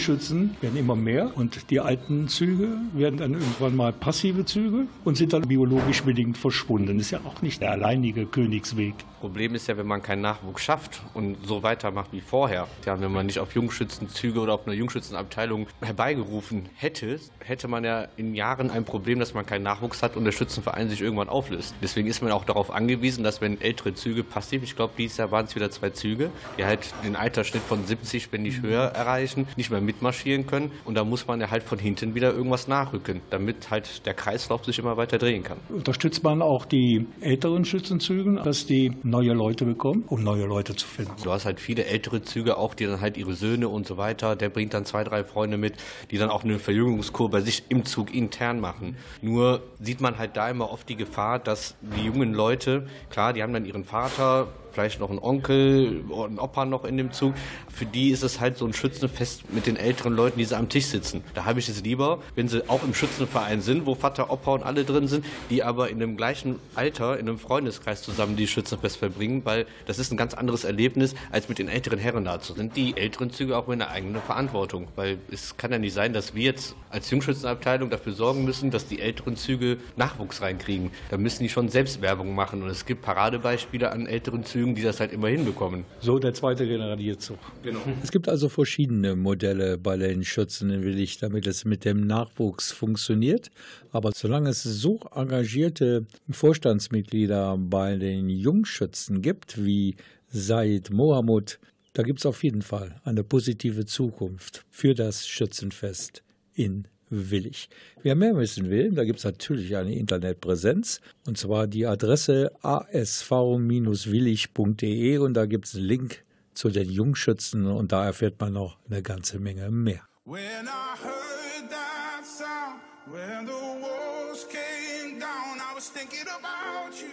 Jungschützen werden immer mehr und die alten Züge werden dann irgendwann mal passive Züge und sind dann biologisch bedingt verschwunden. Das ist ja auch nicht der alleinige Königsweg. Problem ist ja, wenn man keinen Nachwuchs schafft und so weitermacht wie vorher. Ja, wenn man nicht auf Jungschützenzüge oder auf eine Jungschützenabteilung herbeigerufen hätte, hätte man ja in Jahren ein Problem, dass man keinen Nachwuchs hat und der Schützenverein sich irgendwann auflöst. Deswegen ist man auch darauf angewiesen, dass wenn ältere Züge passiv, ich glaube, dieses Jahr waren es wieder zwei Züge, die halt den Altersschnitt von siebzig, wenn nicht höher erreichen, nicht mehr mitmarschieren können. Und da muss man ja halt von hinten wieder irgendwas nachrücken, damit halt der Kreislauf sich immer weiter drehen kann. Unterstützt man auch die älteren Schützenzügen, dass die neue Leute bekommen, um neue Leute zu finden? Du hast halt viele ältere Züge auch, die dann halt ihre Söhne und so weiter, der bringt dann zwei, drei Freunde mit, die dann auch eine Verjüngungskur bei sich im Zug intern machen. Nur sieht man halt da immer oft die Gefahr, dass die jungen Leute, klar, die haben dann ihren Vater, vielleicht noch einen Onkel oder einen Opa noch in dem Zug. Für die ist es halt so ein Schützenfest mit den älteren Leuten, die so am Tisch sitzen. Da habe ich es lieber, wenn sie auch im Schützenverein sind, wo Vater, Opa und alle drin sind, die aber in dem gleichen Alter, in einem Freundeskreis zusammen die Schützenfest verbringen, weil das ist ein ganz anderes Erlebnis, als mit den älteren Herren da zu sind. Die älteren Züge auch mit einer eigenen Verantwortung, weil es kann ja nicht sein, dass wir jetzt als Jungschützenabteilung dafür sorgen müssen, dass die älteren Züge Nachwuchs reinkriegen. Da müssen die schon selbst Werbung machen und es gibt Paradebeispiele an älteren Zügen, die das halt immer hinbekommen. So der zweite Generalierzug. Genau. Es gibt also verschiedene Modelle bei den Schützen in Willich, damit es mit dem Nachwuchs funktioniert. Aber solange es so engagierte Vorstandsmitglieder bei den Jungschützen gibt, wie Said Mohamud, da gibt es auf jeden Fall eine positive Zukunft für das Schützenfest in Willich. Wer mehr wissen will, da gibt es natürlich eine Internetpräsenz, und zwar die Adresse a s v Bindestrich willich punkt d e, und da gibt es einen Link zu den Jungschützen und da erfährt man noch eine ganze Menge mehr. When I heard that sound, when the walls came down, I was thinking about you,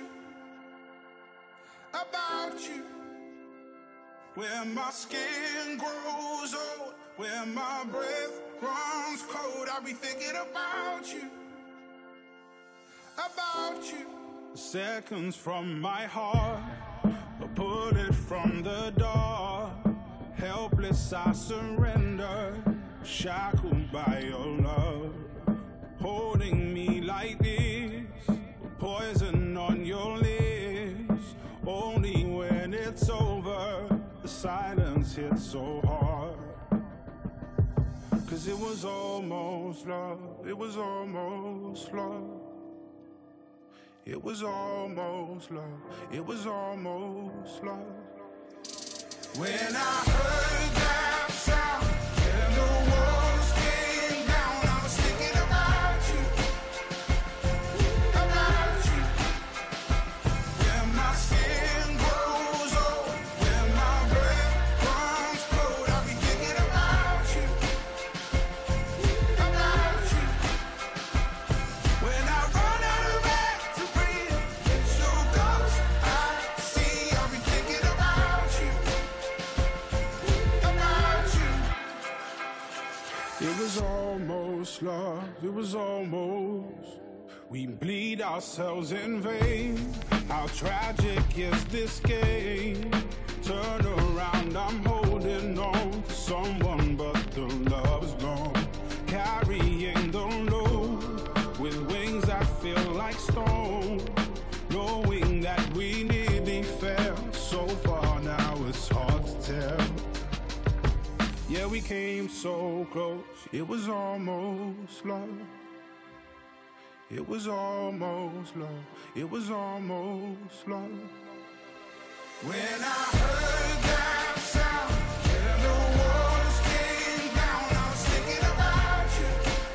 about you. Where my skin grows old, where my breath runs cold, I'll be thinking about you, about you. Seconds from my heart, a bullet from the dark. Helpless I surrender, shackled by your love. Holding me like this, poison on your lips. Only when it's over, the silence hits so hard. Cause it was almost love, it was almost love. It was almost love, it was almost love. When I heard that sound, and the walls came down, I was thinking about you, about you. When my skin grows old, when my breath runs cold, I'll be thinking about you, about you. When I run out of air to breathe, it's your ghost I see, I'll be thinking about you. It was almost love, it was almost. We bleed ourselves in vain. How tragic is this game? Turn around, I'm holding on to someone, but the love is gone. Carrying the load with wings that feel like stone. Knowing that we nearly fell so far, now it's hard to tell. Yeah, we came so close, it was almost love. It was almost love, it was almost love. When I heard that sound, and the walls came down, I was thinking about you,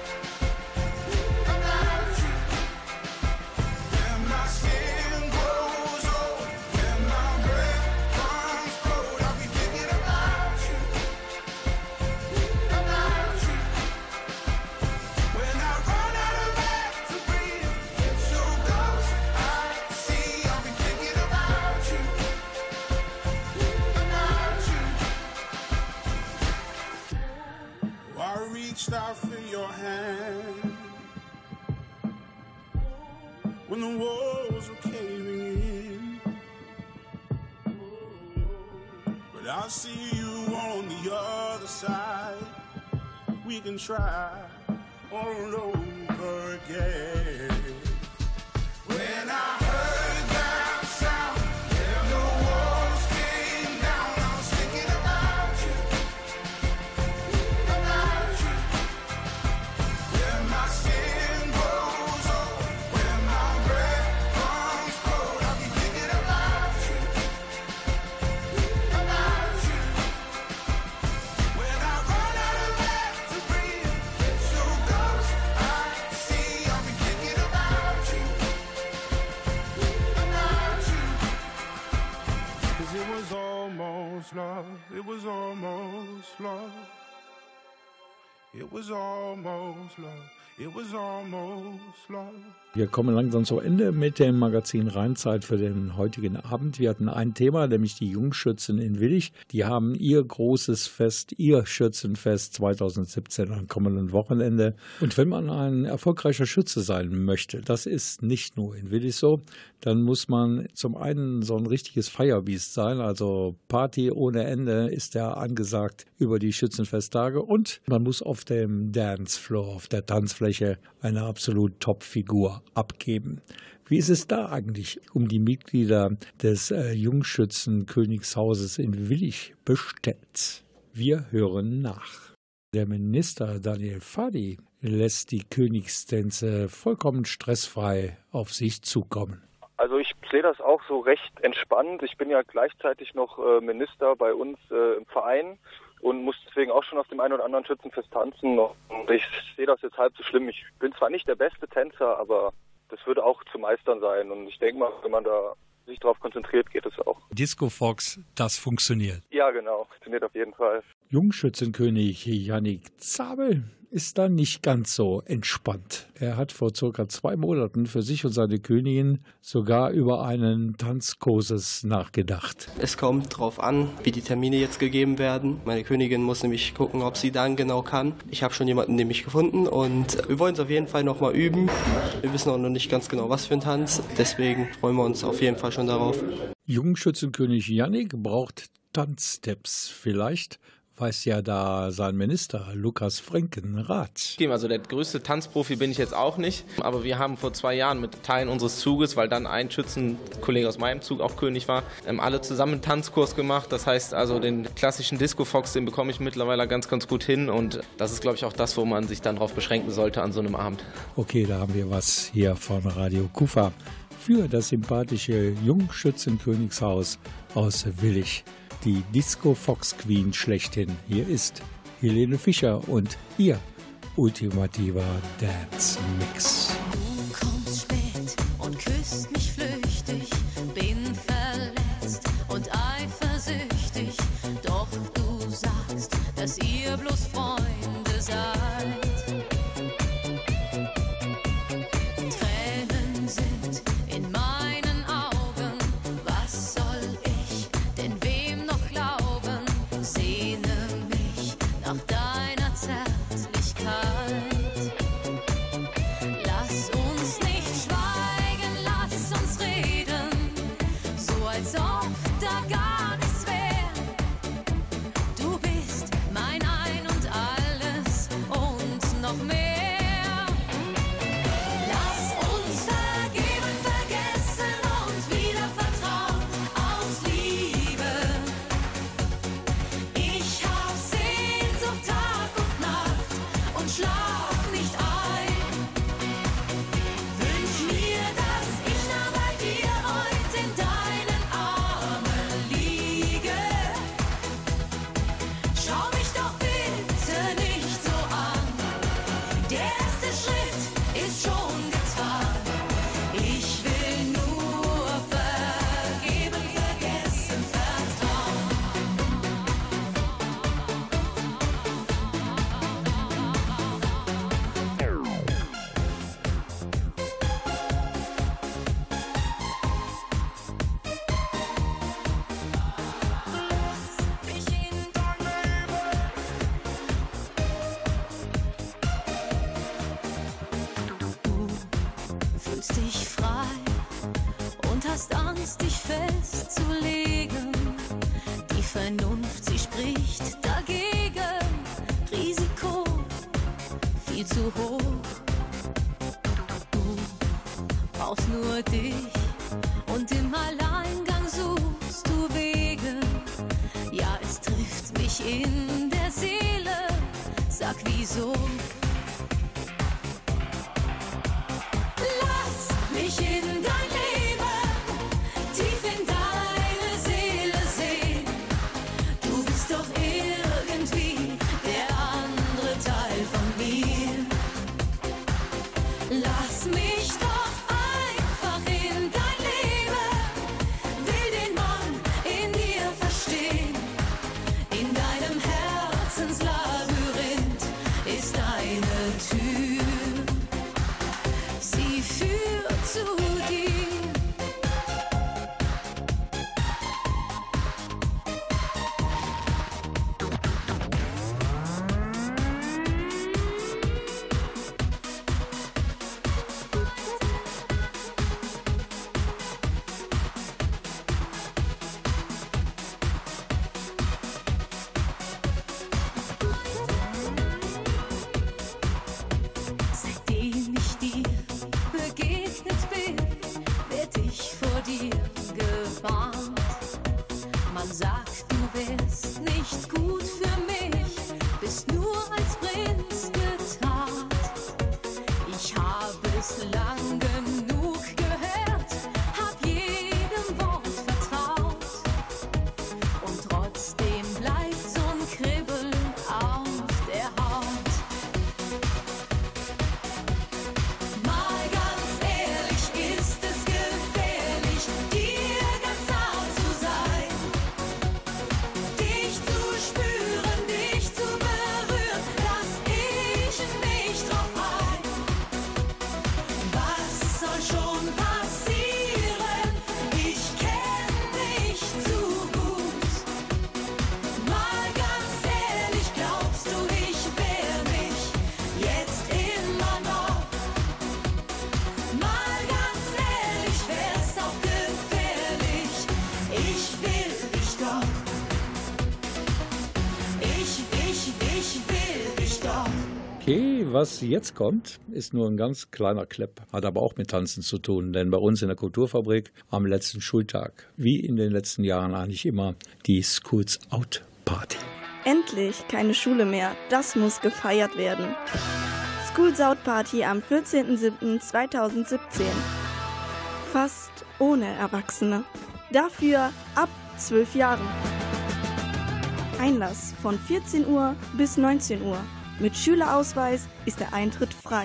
about you. When my skin grows old, when my breath runs cold, I'll be thinking about you, about you. When I run out of air to breathe, it's your ghost I see, I'll be thinking about you, about you. I reached out for your hand when the walls were caving in, but I see you on the other side. we can try all over again. When I heard that sound, yeah, the walls came down. I was thinking about you, about you. When my skin grows old, when my breath comes cold, I'll be thinking about you, about you. When I run out of air to breathe, it's your ghost I see. I'll be thinking about you, about you. 'Cause it was almost love, it was almost love. It was almost love, it was almost love. Wir kommen langsam zum Ende mit dem Magazin Rheinzeit für den heutigen Abend. Wir hatten ein Thema, nämlich die Jungschützen in Willich. Die haben ihr großes Fest, ihr Schützenfest zweitausendsiebzehn am kommenden Wochenende. Und wenn man ein erfolgreicher Schütze sein möchte, das ist nicht nur in Willich so, dann muss man zum einen so ein richtiges Feierbiest sein, also Party ohne Ende ist ja angesagt über die Schützenfesttage, und man muss auf dem Dancefloor, auf der Tanzfläche, eine absolut Top-Figur abgeben. Wie ist es da eigentlich um die Mitglieder des äh, Jungschützenkönigshauses in Willich bestellt? Wir hören nach. Der Minister Daniel Fadi lässt die Königstänze vollkommen stressfrei auf sich zukommen. Also ich sehe das auch so recht entspannt. Ich bin ja gleichzeitig noch äh, Minister bei uns äh, im Verein und muss deswegen auch schon auf dem einen oder anderen Schützenfest tanzen. Und ich sehe das jetzt halb so schlimm. Ich bin zwar nicht der beste Tänzer, aber das würde auch zu meistern sein. Und ich denke mal, wenn man da sich darauf konzentriert, geht es auch. Disco Fox, das funktioniert. Ja, genau. Funktioniert auf jeden Fall. Jungschützenkönig Yannick Zabel ist da nicht ganz so entspannt. Er hat vor circa zwei Monaten für sich und seine Königin sogar über einen Tanzkurses nachgedacht. Es kommt drauf an, wie die Termine jetzt gegeben werden. Meine Königin muss nämlich gucken, ob sie dann genau kann. Ich habe schon jemanden nämlich gefunden und wir wollen es auf jeden Fall nochmal üben. Wir wissen auch noch nicht ganz genau, was für ein Tanz. Deswegen freuen wir uns auf jeden Fall schon darauf. Jungschützenkönig Yannick braucht Tanztipps. Vielleicht weiß ja da sein Minister Lukas Frenken Rat. Also der größte Tanzprofi bin ich jetzt auch nicht, aber wir haben vor zwei Jahren mit Teilen unseres Zuges, weil dann ein Schützenkollege aus meinem Zug auch König war, alle zusammen einen Tanzkurs gemacht. Das heißt also, den klassischen Disco Fox, den bekomme ich mittlerweile ganz, ganz gut hin, und das ist, glaube ich, auch das, wo man sich dann drauf beschränken sollte an so einem Abend. Okay, da haben wir was hier von Radio Kufa für das sympathische Jungschützenkönigshaus aus Willich. Die Disco Fox Queen schlechthin. Hier ist Helene Fischer und ihr ultimativer Dance Mix. Du kommst spät und küsst mich flüchtig, bin verletzt und eifersüchtig, doch du sagst, dass ihr bloß Freunde seid. Tränen sind in meinen Augen, was soll ich denn wem noch glauben? Sehne mich nach deiner Zärtlichkeit. Lass uns nicht schweigen, lass uns reden, so als ob da gar nichts wär. Du bist mein Ein und Alles und noch mehr. Lass uns vergeben, vergessen und wieder vertrauen aus Liebe. Ich hab Sehnsucht Tag und Nacht und schlaf nicht ein. Wünsch mir, dass ich nah bei dir heut in deinen Armen liege. Schau mich doch bitte nicht so an. Der erste Schritt ist schon getan. Ich will nur vergeben, vergessen, vertrauen. viel zu hoch. Du brauchst nur dich und im Alleingang suchst du Wege. Ja, es trifft mich in der Seele, sag wieso. Lass mich in dein Leben, tief in deine Seele sehen. Du bist doch irgendwie der andere Teil von mir. Lass mich doch einfach in dein Leben, will den Mann in dir verstehen. In deinem Herzenslabyrinth ist eine Tür, sie führt zu dir. Seitdem ich dir begegnet bin, werd ich vor dir gewarnt. Man sagt, du wärst nicht gut für mich, bist nur als Prinz getarnt. Ich habe es lang genug gehört, hab jedem Wort vertraut. Und trotzdem bleibt so'n Kribbeln auf der Haut. Mal ganz ehrlich, ist es gefährlich, dir ganz nah zu sein. Dich zu spüren, dich zu berühren, lass ich mich drauf ein. Was soll schon passieren? Ich kenn dich zu gut. Mal ganz ehrlich, glaubst du, ich wär mich jetzt immer noch? Mal ganz ehrlich, wär's auch gefährlich. Ich will dich doch. Ich, ich, ich will dich doch. Okay, was jetzt kommt, ist nur ein ganz kleiner Clip, hat aber auch mit Tanzen zu tun, denn bei uns in der Kulturfabrik am letzten Schultag, wie in den letzten Jahren eigentlich immer, die Schools Out Party. Endlich keine Schule mehr, das muss gefeiert werden. Schools Out Party am vierzehnten siebten zweitausendsiebzehn. Fast ohne Erwachsene. Dafür ab zwölf Jahren. Einlass von vierzehn Uhr bis neunzehn Uhr. Mit Schülerausweis ist der Eintritt frei.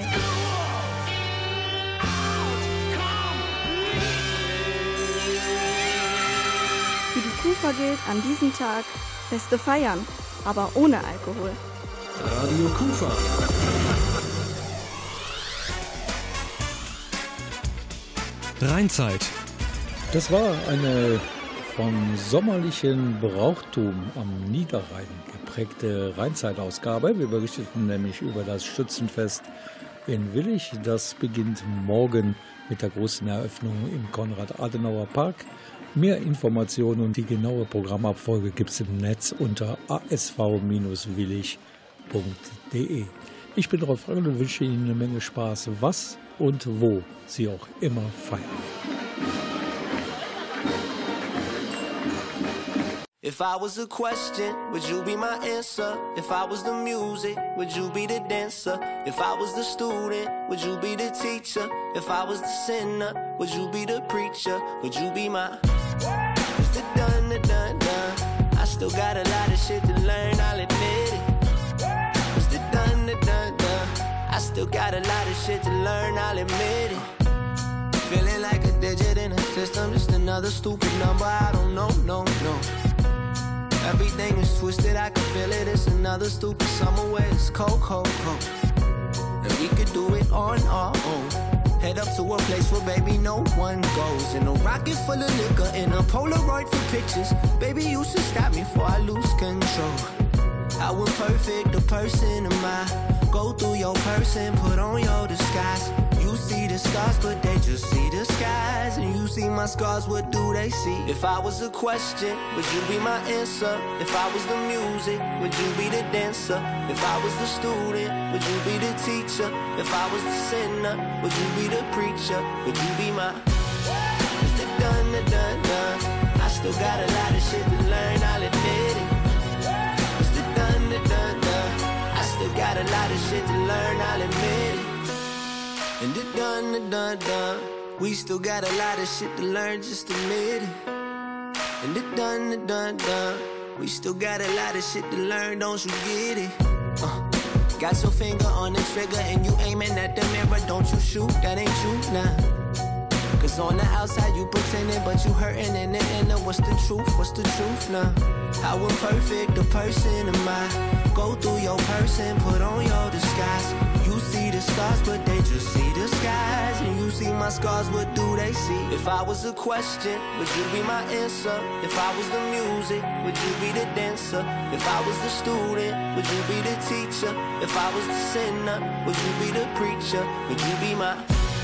Für die Kufa gilt an diesem Tag Feste feiern, aber ohne Alkohol. Radio Kufa. Rheinzeit. Das war eine vom sommerlichen Brauchtum am Niederrhein geprägte Rheinzeitausgabe. Wir berichteten nämlich über das Schützenfest in Willich. Das beginnt morgen mit der großen Eröffnung im Konrad-Adenauer-Park. Mehr Informationen und die genaue Programmabfolge gibt es im Netz unter a s v Bindestrich willich punkt d e. Ich bin Rolf Rangel und wünsche Ihnen eine Menge Spaß, was und wo Sie auch immer feiern. If I was a question, would you be my answer? If I was the music, would you be the dancer? If I was the student, would you be the teacher? If I was the sinner, would you be the preacher? Would you be my... It's the done, the done, done. I still got a lot of shit to learn, I'll admit it. It's the done, the done, done. I still got a lot of shit to learn, I'll admit it. Feeling like a digit in a system, just another stupid number, I don't know, no, no. Everything is twisted, I can feel it. It's another stupid summer where it's cold, cold, cold. And we could do it on our own. Head up to a place where baby no one goes. In a rocket full of liquor, in a Polaroid for pictures. Baby, you should stop me before I lose control. How imperfect a person am I? Go through your person, put on your disguise. You see the stars, but they just see the skies and you see my scars, what do they see? If I was a question, would you be my answer? If I was the music, would you be the dancer? If I was the student, would you be the teacher? If I was the sinner, would you be the preacher? Would you be my... It's the done, the done, done. I still got a lot of shit to learn, I'll admit it. It's the done, the done, done. I still got a lot of shit to learn, I'll admit it. And the done, the done, done. We still got a lot of shit to learn, just admit it. And the done, the done, done. We still got a lot of shit to learn, don't you get it? Uh, got your finger on the trigger and you aiming at the mirror, don't you shoot, that ain't you now. Nah. Cause on the outside you pretending, but you hurting in the inner. What's the truth, what's the truth now? How imperfect a person am I? Go through your person, put on your disguise. You see the stars, but they just see the skies. And you see my scars, what do they see? If I was a question, would you be my answer? If I was the music, would you be the dancer? If I was the student, would you be the teacher? If I was the sinner, would you be the preacher? Would you be my...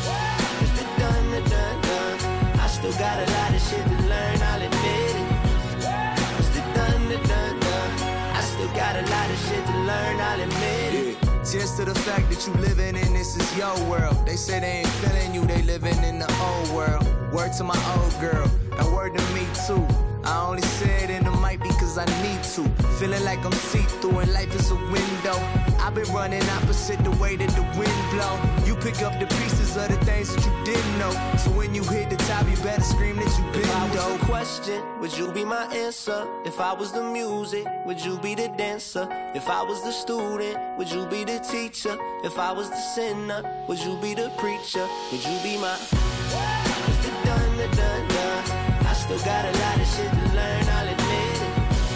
It's the done, the done, done. I still got a lot of shit to learn, I'll admit it. It's the done, the done, done. I still got a lot of shit to learn, I'll admit it. Cheers to the fact that you living in this is your world. They say they ain't feeling you, they living in the old world. Word to my old girl, and word to me too. I only say it in the mic because I need to. Feeling like I'm see-through and life is a window. I've been running opposite the way that the wind blow. You pick up the pieces of the things that you didn't know. So when you hit the top, you better scream that you been If I was dope. a question, would you be my answer? If I was the music, would you be the dancer? If I was the student, would you be the teacher? If I was the sinner, would you be the preacher? Would you be my... It's the done, the done, done. I still got a lot of shit to learn, I'll admit it.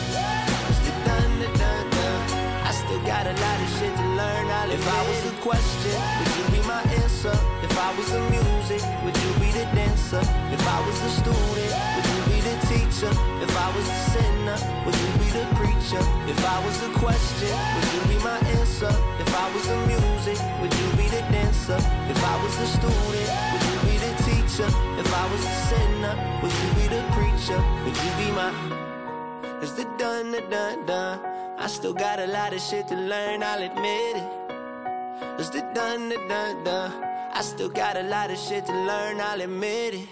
It's the done, the done, done. I still got a lot of shit to learn, I'll admit it. If I was a question, would you be my answer? If I was the music, would you be the dancer? If I was the student, would you be the teacher? If I was the sinner, would you be the preacher? If I was a question, would you be my answer? If I was the music, would you be the dancer? If I was the student, would you be the teacher? If I was the sinner, would you be the preacher? Would you be my... It's the done, the done, done. I still got a lot of shit to learn, I'll admit it. It's the done, the done, done. I still got a lot of shit to learn, I'll admit it.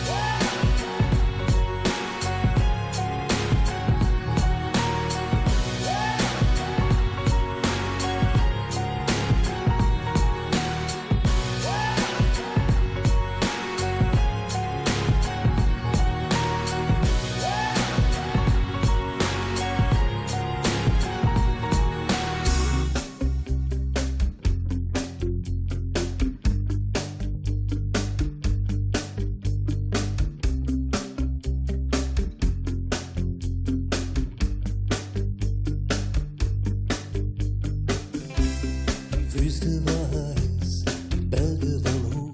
Wüste war heiß, die Berge waren hoch.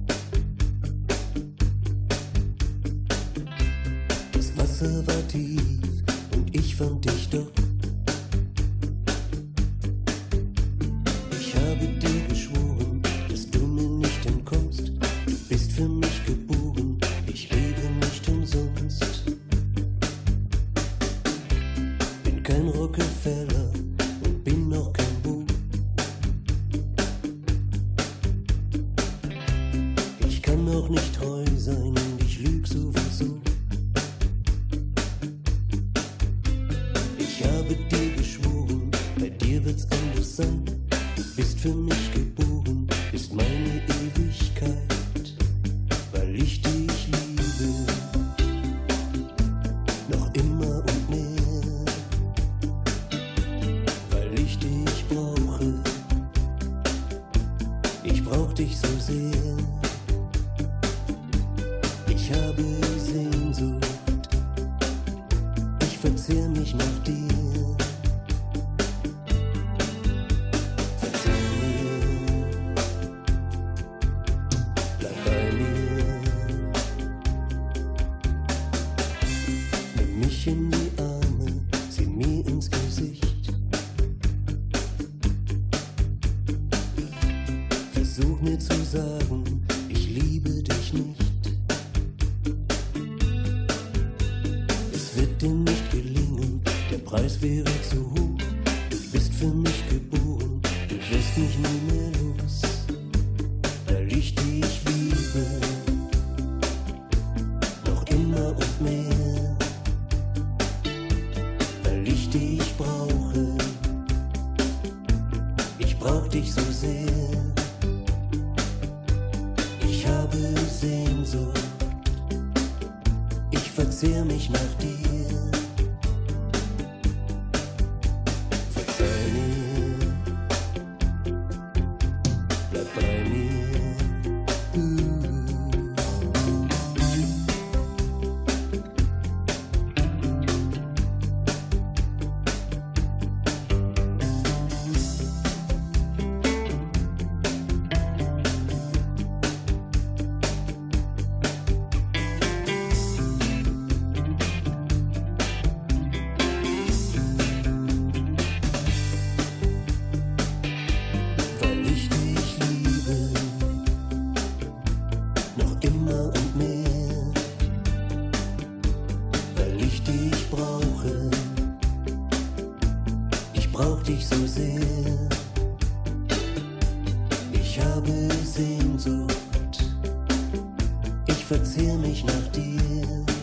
Das Wasser war tief und ich fand dich doch. Ich habe dir geschworen, dass du mir nicht entkommst. Du bist für mich geboren, ich lebe nicht umsonst. Bin kein Rockefeller und bin noch kein Buch. Auch nicht treu sein und ich lüg sowieso. Ich habe dir geschworen, bei dir wird's anders sein. Du bist für mich geboren, bist meine Ewigkeit, weil ich dich liebe, noch immer und mehr, weil ich dich brauche. Ich brauch dich so sehr. Ich habe Sehnsucht, ich verzehr mich nach dir. Verzeih mir, bleib bei mir. Nimm mich in die Arme, sieh mir ins Gesicht. Versuch mir zu sagen, ich liebe dich nicht. Preis wäre zu hoch, du bist für mich geboren, du wirst mich nie mehr los, weil ich dich liebe, noch immer und mehr, weil ich dich brauche, ich brauch dich so sehr, ich habe Sehnsucht, ich verzehr mich nach dir. Ich verzehr mich nach dir.